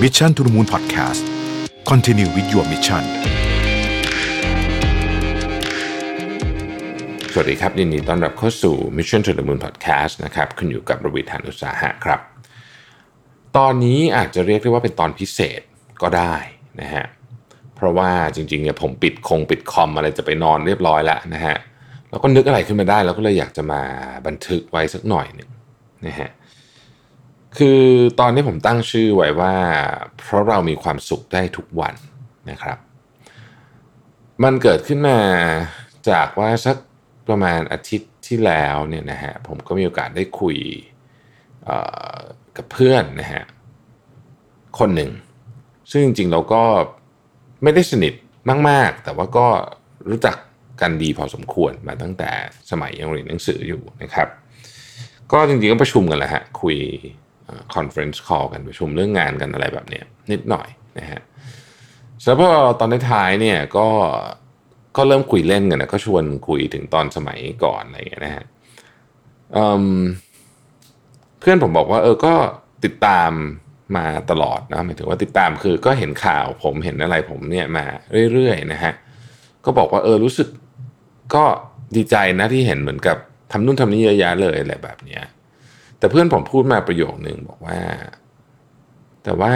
Mission to the Moon Podcast Continue with your mission สวัสดีครับยินดีต้อนรับเข้าสู่ Mission to the Moon Podcast นะครับคุณอยู่กับระวิทย์ หาญอุตสาหะครับตอนนี้อาจจะเรียกได้ว่าเป็นตอนพิเศษก็ได้นะฮะเพราะว่าจริงๆเนี่ยผมปิดคอมอะไรจะไปนอนเรียบร้อยแล้วนะฮะแล้วก็นึกอะไรขึ้นมาได้แล้วก็เลยอยากจะมาบันทึกไว้สักหน่อยหนึ่งนะฮะคือตอนนี้ผมตั้งชื่อไว้ว่าเพราะเรามีความสุขได้ทุกวันนะครับมันเกิดขึ้นมาจากว่าสักประมาณอาทิตย์ที่แล้วเนี่ยนะฮะผมก็มีโอกาสได้คุยกับเพื่อนนะฮะคนหนึ่งซึ่งจริงๆเราก็ไม่ได้สนิทมากๆแต่ว่าก็รู้จักกันดีพอสมควรมาตั้งแต่สมัยยังเรียนหนังสืออยู่นะครับก็จริงๆก็ประชุมกันแหละฮะคุยconference call กันประชุมเรื่องงานกันอะไรแบบเนี้ยนิดหน่อยนะฮะแล้วพอตอนท้ายเนี่ยก็เริ่มคุยเล่นกันนะก็ชวนคุยถึงตอนสมัยก่อนอะไรอย่างเงี้ยนะฮะเพื่อนผมบอกว่าก็ติดตามมาตลอดนะหมายถึงว่าติดตามคือก็เห็นข่าวผมเห็นอะไรผมเนี่ยมาเรื่อยๆนะฮะก็บอกว่ารู้สึกก็ดีใจนะที่เห็นเหมือนกับทำนู่นทำนี่เยอะแยะเลยอะไรแบบเนี้ยแต่เพื่อนผมพูดมาประโยคนึงบอกว่าแต่ว่า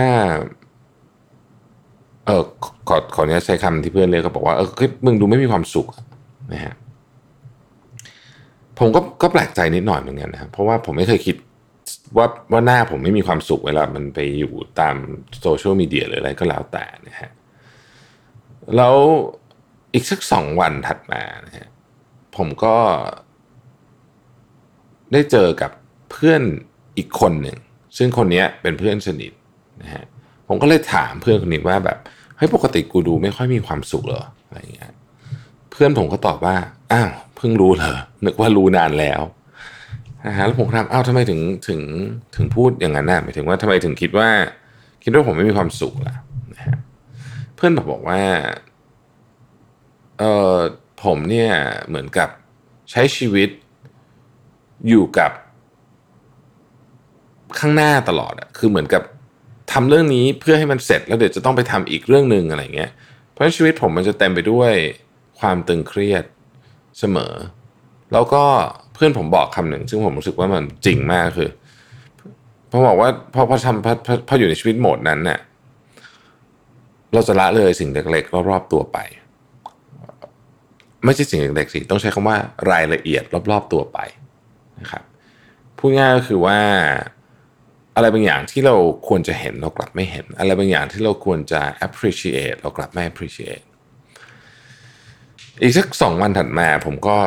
ขออนุญาตใช้คำที่เพื่อนเรียกก็บอกว่ามึงดูไม่มีความสุขนะฮะผมก็แปลกใจนิดหน่อยเหมือนกันนะครับเพราะว่าผมไม่เคยคิดว่าหน้าผมไม่มีความสุขเวลามันไปอยู่ตามโซเชียลมีเดียหรืออะไรก็แล้วแต่นะฮะแล้วอีกสัก2 วันถัดมานะฮะผมก็ได้เจอกับเพื่อนอีกคนหนึ่งซึ่งคนนี้เป็นเพื่อนสนิทนะฮะผมก็เลยถามเพื่อนคนนี้ว่าแบบเฮ้ยปกติกูดูไม่ค่อยมีความสุขเหรออะไรอย่างเงี้ยเพื่อนผมก็ตอบว่าอ้าวเพิ่งรู้เหรอนึกว่ารู้นานแล้วนะฮะแล้วผมถามอ้าวทำไมถึงพูดอย่างนั้นน่ะหมายถึงว่าทำไมถึงคิดว่าผมไม่มีความสุขล่ะนะฮะเพื่อนบอกว่าผมเนี่ยเหมือนกับใช้ชีวิตอยู่กับข้างหน้าตลอดอ่ะคือเหมือนกับทำเรื่องนี้เพื่อให้มันเสร็จแล้วเดี๋ยวจะต้องไปทำอีกเรื่องนึงอะไรเงี้ยเพราะฉะนั้นชีวิตผมมันจะเต็มไปด้วยความตึงเครียดเสมอแล้วก็เพื่อนผมบอกคำหนึ่งซึ่งผมรู้สึกว่ามันจริงมากคือผมบอกว่าพออยู่ในชีวิตโหมดนั้นเนี่ยเราจะละเลยสิ่งเล็กๆรอบๆตัวไปไม่ใช่สิ่งเล็กๆสิต้องใช้คำว่ารายละเอียดรอบๆตัวไปนะครับพูดง่ายก็คือว่าอะไรบางอย่างที่เราควรจะเห็นเรากลับไม่เห็นอะไรบางอย่างที่เราควรจะ appreciate เรากลับไม่ appreciate อีกสัก2 วันถัดมาผมก็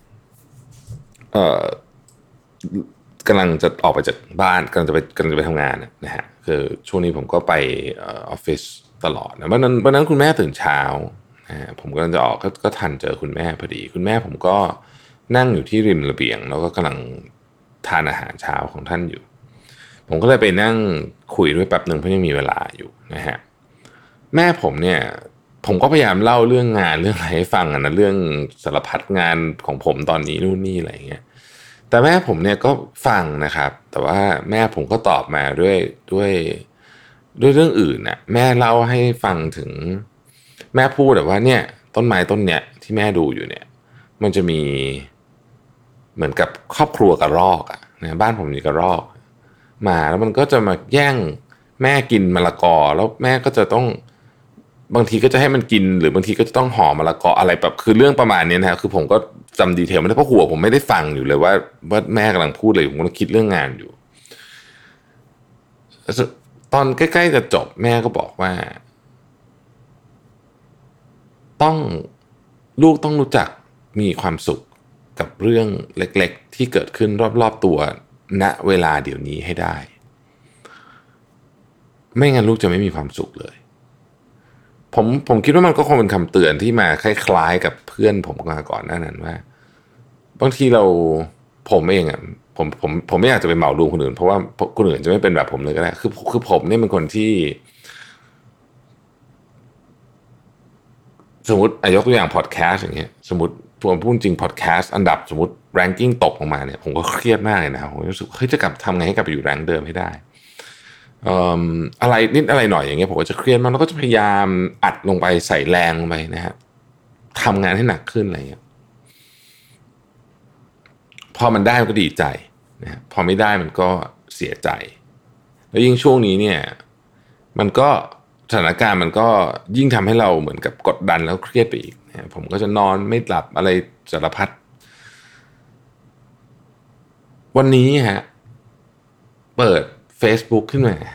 กำลังจะออกไปจากบ้านกำลังจะไปทำงานนะฮะคือช่วงนี้ผมก็ไปออฟฟิศตลอดนะวันนั้นคุณแม่ตื่นเช้านะฮะผมกำลังจะออกก็ทันเจอคุณแม่พอดีคุณแม่ผมก็นั่งอยู่ที่ริมระเบียงแล้วก็กำลังทานอาหารเช้าของท่านอยู่ผมก็เลยไปนั่งคุยด้วยแป๊บหนึ่งเพราะยังมีเวลาอยู่นะฮะแม่ผมเนี่ยผมก็พยายามเล่าเรื่องงานเรื่องอะไรให้ฟังนะเรื่องสารพัดงานของผมตอนนี้นู่นนี่อะไรเงี้ยแต่แม่ผมเนี่ยก็ฟังนะครับแต่ว่าแม่ผมก็ตอบมาด้วยเรื่องอื่นน่ะแม่เล่าให้ฟังถึงแม่พูดแบบว่าเนี่ยต้นไม้ต้นเนี้ยที่แม่ดูอยู่เนี่ยมันจะมีเหมือนกับครอบครัวกระรอกอ่ะนะบ้านผมมีกระรอกมาแล้วมันก็จะมาแย่งแม่กินมะละกอแล้วแม่ก็จะต้องบางทีก็จะให้มันกินหรือบางทีก็จะต้องห่อมะละกออะไรแบบคือเรื่องประมาณนี้นะคือผมก็จำดีเทลไม่ได้เพราะหัวผมไม่ได้ฟังอยู่เลยว่าแม่กำลังพูดเลยผมก็คิดเรื่องงานอยู่ตอนใกล้ๆจะจบแม่ก็บอกว่าลูกต้องรู้จักมีความสุขกับเรื่องเล็กๆที่เกิดขึ้นรอบๆตัวณเวลาเดี๋ยวนี้ให้ได้ไม่งั้นลูกจะไม่มีความสุขเลยผมคิดว่ามันก็คงเป็นคำเตือนที่มาคล้ายๆกับเพื่อนผมก่อนหน้านั้นว่าบางทีผมเองอ่ะผมไม่อยากจะไปเหมารวมคนอื่นเพราะว่าคนอื่นจะไม่เป็นแบบผมเลยก็ได้คือผมเนี่ยเป็นคนที่สมมติยกตัวอย่างพอดแคสต์อย่างเงี้ยสมมติผมพูดจริงพอดแคสต์อันดับสมมติแรงกิ้งตกลงมาเนี่ยผมก็เครียดมากเลยนะครับผมรู้สึกเฮ้ยจะกลับทำไงให้กลับไปอยู่แรงเดิมให้ได้อะไรนิดอะไรหน่อยอย่างเงี้ยผมก็จะเครียดมากแล้วก็จะพยายามอัดลงไปใส่แรงลงไปนะฮะทำงานให้หนักขึ้นอะไรเงี้ยพอมันได้มันก็ดีใจนะพอไม่ได้มันก็เสียใจแล้วยิ่งช่วงนี้เนี่ยมันก็สถานการณ์มันก็ยิ่งทำให้เราเหมือนกับกดดันแล้วเครียดไปอีกนะผมก็จะนอนไม่หลับอะไรสารพัดวันนี้ฮะเปิด Facebook ขึ้นมา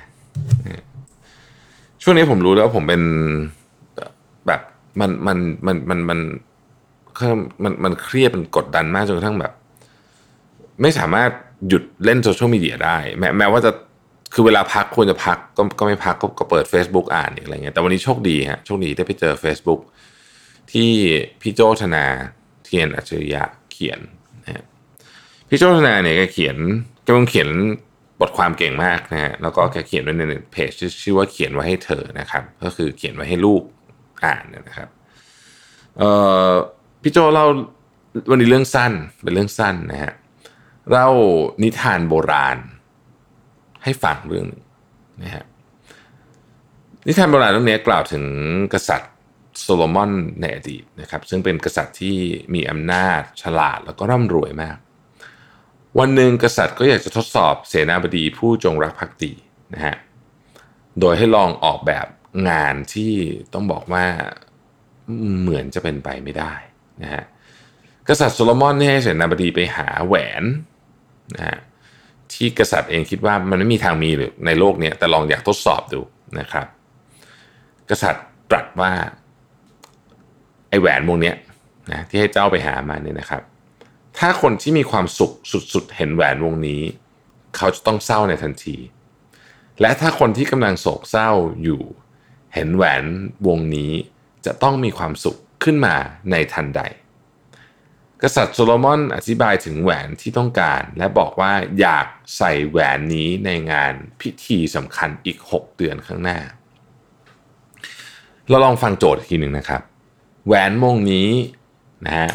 ช่วงนี้ผมรู้แล้วว่าผมเป็นแบบมันมันเครียดมันกดดันมากจนกระทั่งแบบไม่สามารถหยุดเล่นโซเชียลมีเดียได้แม้ว่าจะคือเวลาพักควรจะพักก็ไม่พักก็เปิด Facebook อ่านอะไรเงี้ยแต่วันนี้โชคดีฮะโชคดีได้ไปเจอ Facebook ที่พี่โจธนาเทียนอัจฉริยะเขียนนะฮะพี่โจธนาเนี่ยแกเขียนบทความเก่งมากนะฮะแล้วก็แกเขียนไว้ในเพจชื่อว่าเขียนไว้ให้เธอนะครับก็คือเขียนไว้ให้ลูกอ่านนะครับเอ่อพี่โจเล่าวันนี้เรื่องสั้นเป็นเรื่องสั้นนะฮะเล่านิทานโบราณให้ฟังเรื่องนึงนะฮะนิทานโบราณเรื่องนี้กล่าวถึงกษัตริย์โซโลมอนในอดีตนะครับซึ่งเป็นกษัตริย์ที่มีอำนาจฉลาดแล้วก็ร่ำรวยมากวันหนึ่งกษัตริย์ก็อยากจะทดสอบเสนาบดีผู้จงรักภักดีนะฮะโดยให้ลองออกแบบงานที่ต้องบอกว่าเหมือนจะเป็นไปไม่ได้นะฮะกษัตริย์โซโลมอนให้เสนาบดีไปหาแหวนนะฮะที่กษัตริย์เองคิดว่ามันไม่มีทางมีหรือในโลกนี้แต่ลองอยากทดสอบดูนะครับกษัตริย์ตรัสว่าไอ้แหวนวงเนี้ยนะที่ให้เจ้าไปหามาเนี่ยนะครับถ้าคนที่มีความสุขสุดๆเห็นแหวนวงนี้เขาจะต้องเศร้าในทันทีและถ้าคนที่กำลังโศกเศร้าอยู่เห็นแหวนวงนี้จะต้องมีความสุขขึ้นมาในทันใดกษัตริย์โซโลมอนอธิบายถึงแหวนที่ต้องการและบอกว่าอยากใส่แหวนนี้ในงานพิธีสำคัญอีก6เดือนข้างหน้าเราลองฟังโจทย์อีกทีหนึ่งนะครับแหวนวงนี้นะฮะ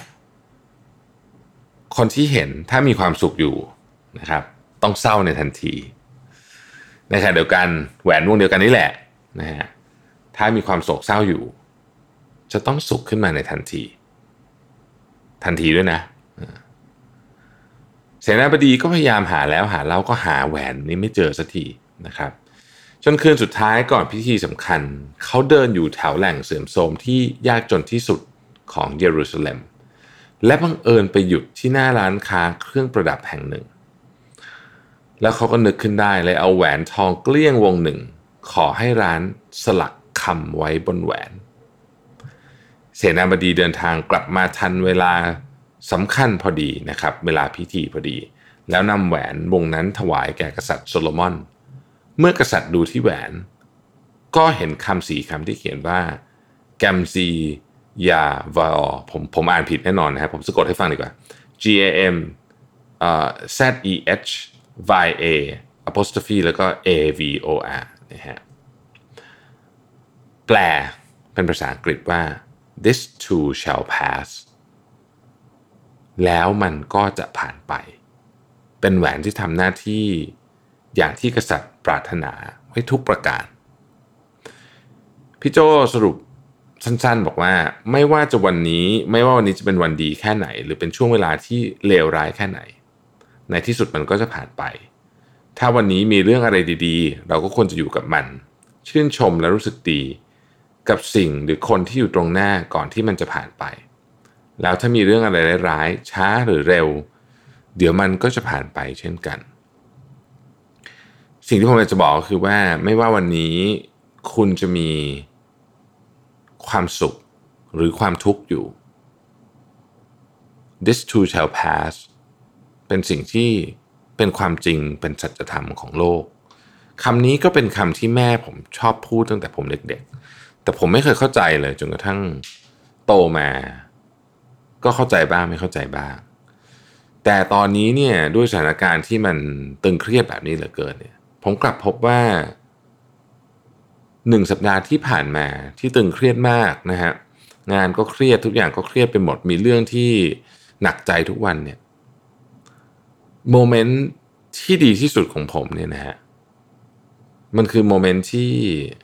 คนที่เห็นถ้ามีความสุขอยู่นะครับต้องเศร้าในทันทีในขณะเดียวกันแหวนวงเดียวกันนี่แหละนะฮะถ้ามีความโศกเศร้าอยู่จะต้องสุขขึ้นมาในทันทีด้วยนะเสนาบดีก็พยายามหาแล้วหาเล่าก็หาแหวนนี้ไม่เจอสักทีนะครับจนคืนสุดท้ายก่อนพิธีสำคัญเขาเดินอยู่แถวแหล่งเสื่อมโทรมที่ยากจนที่สุดของเยรูซาเล็มและบังเอิญไปหยุดที่หน้าร้านค้าเครื่องประดับแห่งหนึ่งแล้วเขาก็นึกขึ้นได้เลยเอาแหวนทองเกลี้ยงวงหนึ่งขอให้ร้านสลักคำไว้บนแหวนเสนาบดีเดินทางกลับมาทันเวลาสำคัญพอดีนะครับเวลาพิธีพอดีแล้วนำแหวนวงนั้นถวายแก่กษัตริย์โซโลมอนเมื่อกษัตริย์ดูที่แหวนก็เห็นคำ4 คำที่เขียนว่าแกมซียาวาอผมอ่านผิดแน่นอนนะครับผมสะกดให้ฟังดีกว่า G A M Z E H Y A apostrophe แล้วก็ A V O R นะฮะแปลเป็นภาษาอังกฤษว่า this too shall pass แล้วมันก็จะผ่านไปเป็นแหวนที่ทำหน้าที่อย่างที่กษัตริย์ปรารถนาไว้ทุกประการพี่โจสรุปสั้นๆบอกว่าไม่ว่าวันนี้จะเป็นวันดีแค่ไหนหรือเป็นช่วงเวลาที่เลวร้ายแค่ไหนในที่สุดมันก็จะผ่านไปถ้าวันนี้มีเรื่องอะไรดีๆเราก็ควรจะอยู่กับมันชื่นชมและรู้สึกดีกับสิ่งหรือคนที่อยู่ตรงหน้าก่อนที่มันจะผ่านไปแล้วถ้ามีเรื่องอะไรร้ายๆช้าหรือเร็วเดี๋ยวมันก็จะผ่านไปเช่นกันสิ่งที่ผมอยากจะบอกก็คือว่าไม่ว่าวันนี้คุณจะมีความสุขหรือความทุกข์อยู่ this too shall pass เป็นสิ่งที่เป็นความจริงเป็นสัจธรรมของโลกคำนี้ก็เป็นคำที่แม่ผมชอบพูดตั้งแต่ผมเด็กๆแต่ผมไม่เคยเข้าใจเลยจนกระทั่งโตมาก็เข้าใจบ้างไม่เข้าใจบ้างแต่ตอนนี้เนี่ยด้วยสถานการณ์ที่มันตึงเครียดแบบนี้เหลือเกินเนี่ยผมกลับพบว่า1 สัปดาห์ที่ผ่านมาที่ตึงเครียดมากนะฮะงานก็เครียดทุกอย่างก็เครียดไปหมดมีเรื่องที่หนักใจทุกวันเนี่ยโมเมนต์ที่ดีที่สุดของผมเนี่ยนะฮะมันคือโมเมนต์ที่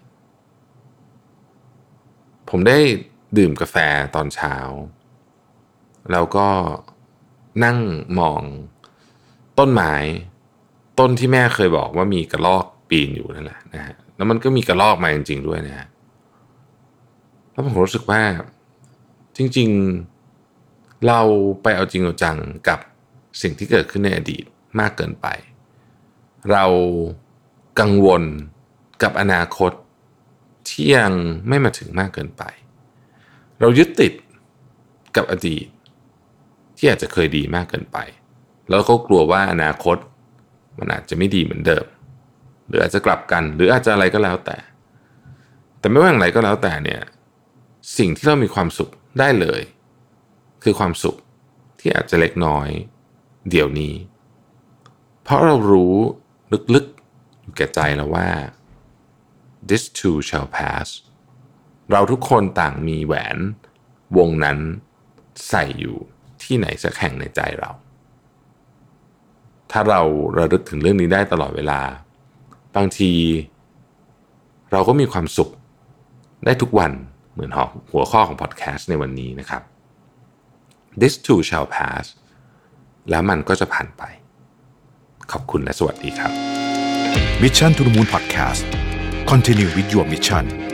ผมได้ดื่มกาแฟตอนเช้าแล้วก็นั่งมองต้นไม้ต้นที่แม่เคยบอกว่ามีกระรอกปีนอยู่นั่นแหละนะฮะแล้วมันก็มีกระรอกมาจริงๆด้วยนะฮะแล้วผมรู้สึกว่าจริงๆเราไปเอาจริงเอาจังกับสิ่งที่เกิดขึ้นในอดีตมากเกินไปเรากังวลกับอนาคตที่ยังไม่มาถึงมากเกินไปเรายึดติดกับอดีตที่อาจจะเคยดีมากเกินไปแล้วก็กลัวว่าอนาคตมันอาจจะไม่ดีเหมือนเดิมหรืออาจจะกลับกันหรืออาจจะอะไรก็แล้วแต่ไม่ว่าอย่างไรก็แล้วแต่เนี่ยสิ่งที่เรามีความสุขได้เลยคือความสุขที่อาจจะเล็กน้อยเดี๋ยวนี้เพราะเรารู้ลึกๆอยู่แก่ใจแล้วว่า this too shall pass เราทุกคนต่างมีแหวนวงนั้นใส่อยู่ที่ไหนสักแห่งในใจเราถ้าเราระลึกถึงเรื่องนี้ได้ตลอดเวลาบางทีเราก็มีความสุขได้ทุกวันเหมือนหัวข้อของพอดแคสต์ในวันนี้นะครับ This too shall pass แล้วมันก็จะผ่านไปขอบคุณและสวัสดีครับ Mission to the Moon Podcast Continue with your mission